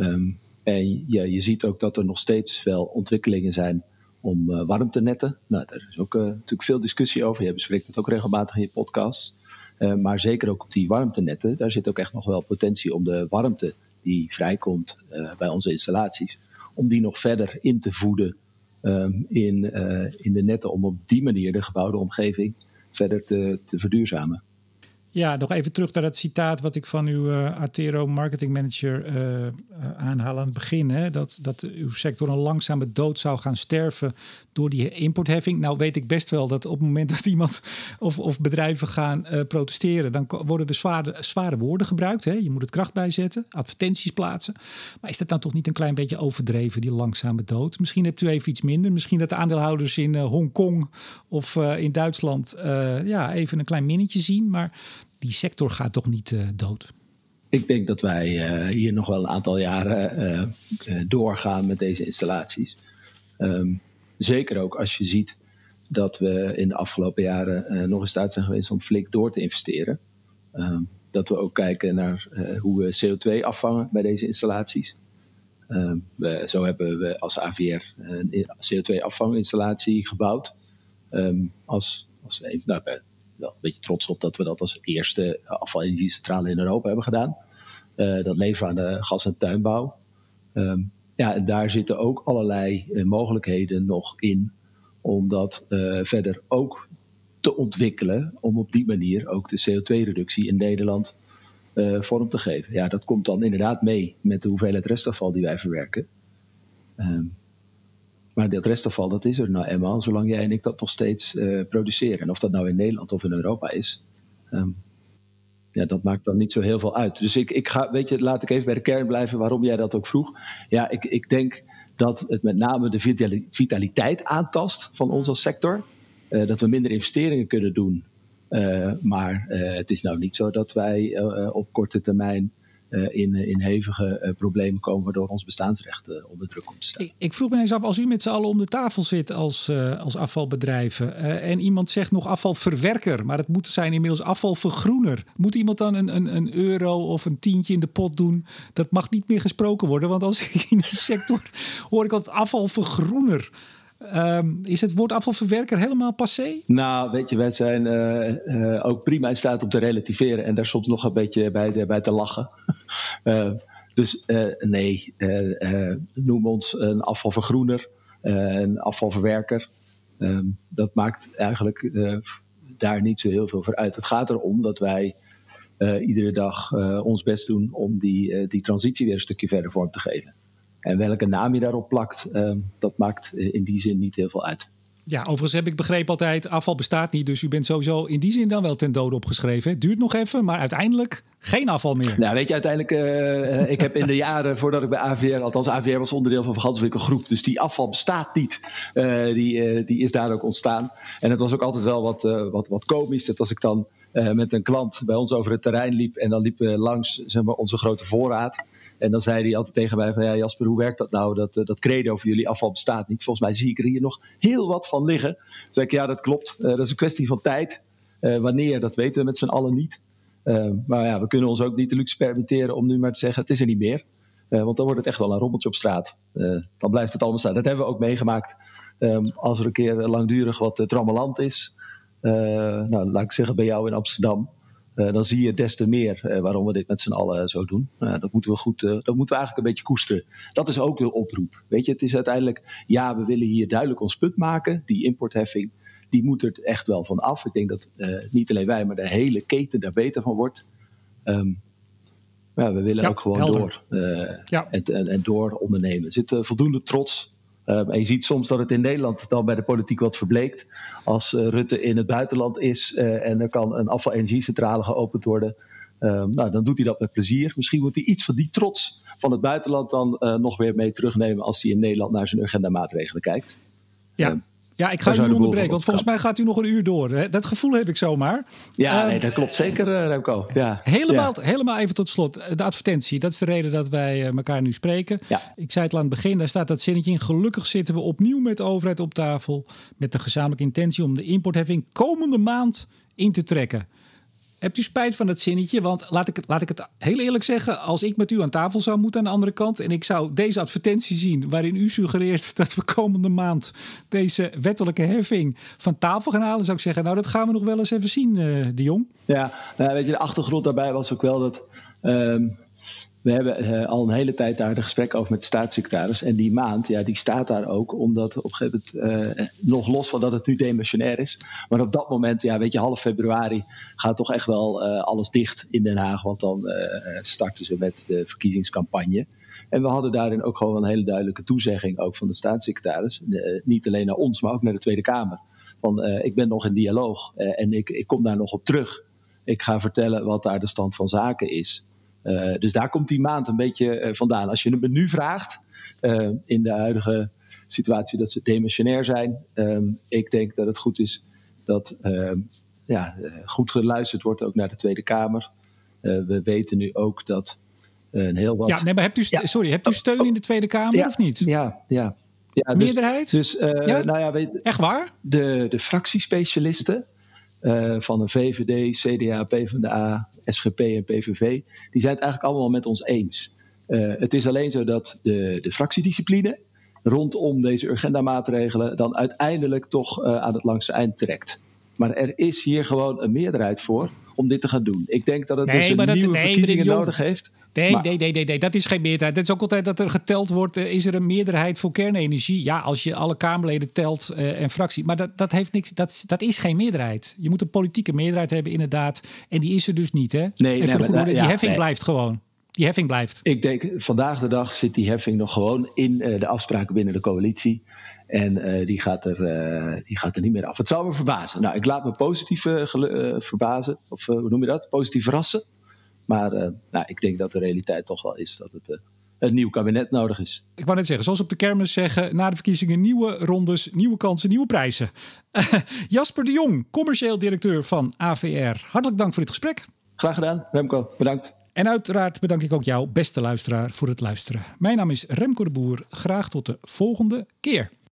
En je ziet ook dat er nog steeds wel ontwikkelingen zijn om warmtenetten. Nou, daar is ook natuurlijk veel discussie over. Je bespreekt het ook regelmatig in je podcast. Maar zeker ook op die warmtenetten, daar zit ook echt nog wel potentie om de warmte die vrijkomt bij onze installaties, om die nog verder in te voeden in de netten, om op die manier de gebouwde omgeving verder te verduurzamen. Ja, nog even terug naar het citaat wat ik van uw Attero marketing manager aanhaal aan het begin. Hè? Dat uw sector een langzame dood zou gaan sterven door die importheffing. Nou weet ik best wel dat op het moment dat iemand of bedrijven gaan protesteren, dan worden er zware woorden gebruikt. Hè? Je moet het kracht bijzetten, advertenties plaatsen. Maar is dat nou toch niet een klein beetje overdreven, die langzame dood? Misschien hebt u even iets minder. Misschien dat de aandeelhouders in Hongkong of in Duitsland even een klein minnetje zien. Maar die sector gaat toch niet dood? Ik denk dat wij hier nog wel een aantal jaren doorgaan met deze installaties. Zeker ook als je ziet dat we in de afgelopen jaren nog in staat zijn geweest om flink door te investeren. Dat we ook kijken naar hoe we CO2 afvangen bij deze installaties. Zo hebben we als AVR een CO2-afvanginstallatie gebouwd. Wel een beetje trots op dat we dat als eerste afvalenergiecentrale in Europa hebben gedaan. dat leveren aan de gas- en tuinbouw. En daar zitten ook allerlei mogelijkheden nog in om dat verder ook te ontwikkelen, om op die manier ook de CO2-reductie in Nederland vorm te geven. Ja, dat komt dan inderdaad mee met de hoeveelheid restafval die wij verwerken. Maar dat restafval, dat is er nou eenmaal, zolang jij en ik dat nog steeds produceren. En of dat nou in Nederland of in Europa is, dat maakt dan niet zo heel veel uit. Dus laat ik even bij de kern blijven waarom jij dat ook vroeg. Ja, ik denk dat het met name de vitaliteit aantast van ons als sector. Dat we minder investeringen kunnen doen. Maar het is nou niet zo dat wij op korte termijn in hevige problemen komen, waardoor ons bestaansrecht onder druk komt te staan. Ik vroeg me eens af, als u met z'n allen om de tafel zit als afvalbedrijven en iemand zegt nog afvalverwerker, maar het moet zijn inmiddels afvalvergroener. Moet iemand dan een euro of een tientje in de pot doen? Dat mag niet meer gesproken worden, want als ik in de sector hoor ik altijd afvalvergroener. Is het woord afvalverwerker helemaal passé? Nou, weet je, wij zijn ook prima in staat om te relativeren en daar soms nog een beetje bij te lachen. Noem ons een afvalvergroener, een afvalverwerker. Dat maakt eigenlijk daar niet zo heel veel voor uit. Het gaat erom dat wij iedere dag ons best doen om die transitie weer een stukje verder vorm te geven. En welke naam je daarop plakt, dat maakt in die zin niet heel veel uit. Ja, overigens heb ik begrepen altijd, afval bestaat niet. Dus u bent sowieso in die zin dan wel ten dode opgeschreven. Het duurt nog even, maar uiteindelijk geen afval meer. Nou, weet je, uiteindelijk, ik heb in de jaren voordat ik bij AVR, althans AVR was onderdeel van Ganswinkel Groep. Dus die afval bestaat niet. Die is daar ook ontstaan. En het was ook altijd wel wat komisch. Dat als ik dan met een klant bij ons over het terrein liep en dan liepen we langs onze grote voorraad. En dan zei hij altijd tegen mij van, ja Jasper, hoe werkt dat nou? Dat credo voor jullie afval bestaat niet. Volgens mij zie ik er hier nog heel wat van liggen. Toen zei ik, ja, dat klopt. Dat is een kwestie van tijd. Wanneer, dat weten we met z'n allen niet. Maar ja, we kunnen ons ook niet de luxe permitteren om nu maar te zeggen, het is er niet meer. Want dan wordt het echt wel een rommeltje op straat. Dan blijft het allemaal staan. Dat hebben we ook meegemaakt. Als er een keer langdurig wat trammeland is. Laat ik zeggen bij jou in Amsterdam. Dan zie je des te meer waarom we dit met z'n allen zo doen. Dat moeten we eigenlijk een beetje koesteren. Dat is ook de oproep. Weet je, het is uiteindelijk, ja, we willen hier duidelijk ons punt maken. Die importheffing, die moet er echt wel van af. Ik denk dat niet alleen wij, maar de hele keten daar beter van wordt. We willen ook gewoon door. En door ondernemen. Er zit voldoende trots. En je ziet soms dat het in Nederland dan bij de politiek wat verbleekt. Als Rutte in het buitenland is en er kan een afval-energiecentrale geopend worden. Dan doet hij dat met plezier. Misschien moet hij iets van die trots van het buitenland dan nog weer mee terugnemen als hij in Nederland naar zijn agenda-maatregelen kijkt. Ja, ik ga u onderbreken, want volgens mij gaat u nog een uur door. Hè? Dat gevoel heb ik zomaar. Ja, dat klopt zeker, Remco. Ja. Helemaal even tot slot. De advertentie, dat is de reden dat wij elkaar nu spreken. Ja. Ik zei het al aan het begin, daar staat dat zinnetje in. Gelukkig zitten we opnieuw met de overheid op tafel met de gezamenlijke intentie om de importheffing komende maand in te trekken. Hebt u spijt van dat zinnetje? Want laat ik het heel eerlijk zeggen. Als ik met u aan tafel zou moeten aan de andere kant en ik zou deze advertentie zien waarin u suggereert dat we komende maand deze wettelijke heffing van tafel gaan halen, zou ik zeggen, nou dat gaan we nog wel eens even zien, de Jong. Ja, weet je, de achtergrond daarbij was ook wel dat we hebben al een hele tijd daar de gesprekken over met de staatssecretaris. En die maand, ja, die staat daar ook. Omdat op een gegeven moment, nog los van dat het nu demissionair is. Maar op dat moment, ja, weet je, half februari gaat toch echt wel alles dicht in Den Haag. Want dan starten ze met de verkiezingscampagne. En we hadden daarin ook gewoon een hele duidelijke toezegging ook van de staatssecretaris. Niet alleen naar ons, maar ook naar de Tweede Kamer. Van, ik ben nog in dialoog en ik kom daar nog op terug. Ik ga vertellen wat daar de stand van zaken is. Dus daar komt die maand een beetje vandaan. Als je me nu vraagt, in de huidige situatie dat ze demissionair zijn. Ik denk dat het goed is dat goed geluisterd wordt ook naar de Tweede Kamer. We weten nu ook dat een heel wat... Ja, nee, maar hebt u steun in de Tweede Kamer of niet? Ja, meerderheid? Echt waar? De fractiespecialisten van de VVD, CDA, PvdA, SGP en PVV, die zijn het eigenlijk allemaal met ons eens. Het is alleen zo dat de fractiediscipline rondom deze agendamaatregelen dan uiteindelijk toch aan het langste eind trekt. Maar er is hier gewoon een meerderheid voor om dit te gaan doen. Ik denk dat het nieuwe verkiezingen nodig heeft. Nee, dat is geen meerderheid. Het is ook altijd dat er geteld wordt, is er een meerderheid voor kernenergie? Ja, als je alle Kamerleden telt en fractie. Maar dat heeft niks. Dat is geen meerderheid. Je moet een politieke meerderheid hebben, inderdaad. En die is er dus niet, hè? Die heffing blijft gewoon. Die heffing blijft. Ik denk, vandaag de dag zit die heffing nog gewoon in de afspraken binnen de coalitie. En die gaat er niet meer af. Het zou me verbazen. Nou, ik laat me positief verbazen. Of hoe noem je dat? Positief verrassen. Maar ik denk dat de realiteit toch wel is dat het een nieuw kabinet nodig is. Ik wou net zeggen, zoals op de kermis zeggen, na de verkiezingen nieuwe rondes, nieuwe kansen, nieuwe prijzen. Jasper de Jong, commercieel directeur van AVR. Hartelijk dank voor dit gesprek. Graag gedaan, Remco. Bedankt. En uiteraard bedank ik ook jou, beste luisteraar, voor het luisteren. Mijn naam is Remco de Boer. Graag tot de volgende keer.